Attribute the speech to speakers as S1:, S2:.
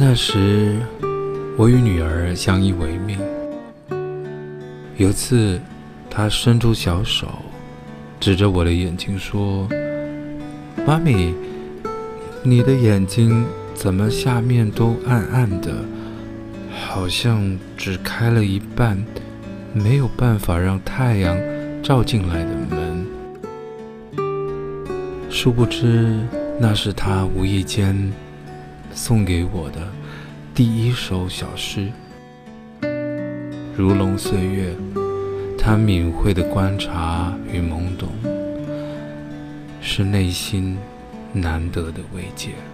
S1: 那时我与女儿相依为命，有次她伸出小手指着我的眼睛说：妈咪，你的眼睛怎么下面都暗暗的，好像只开了一半，没有办法让太阳照进来的门。殊不知那是她无意间送给我的第一首小诗。如龙岁月，她敏慧的观察与懵懂，是内心难得的慰藉。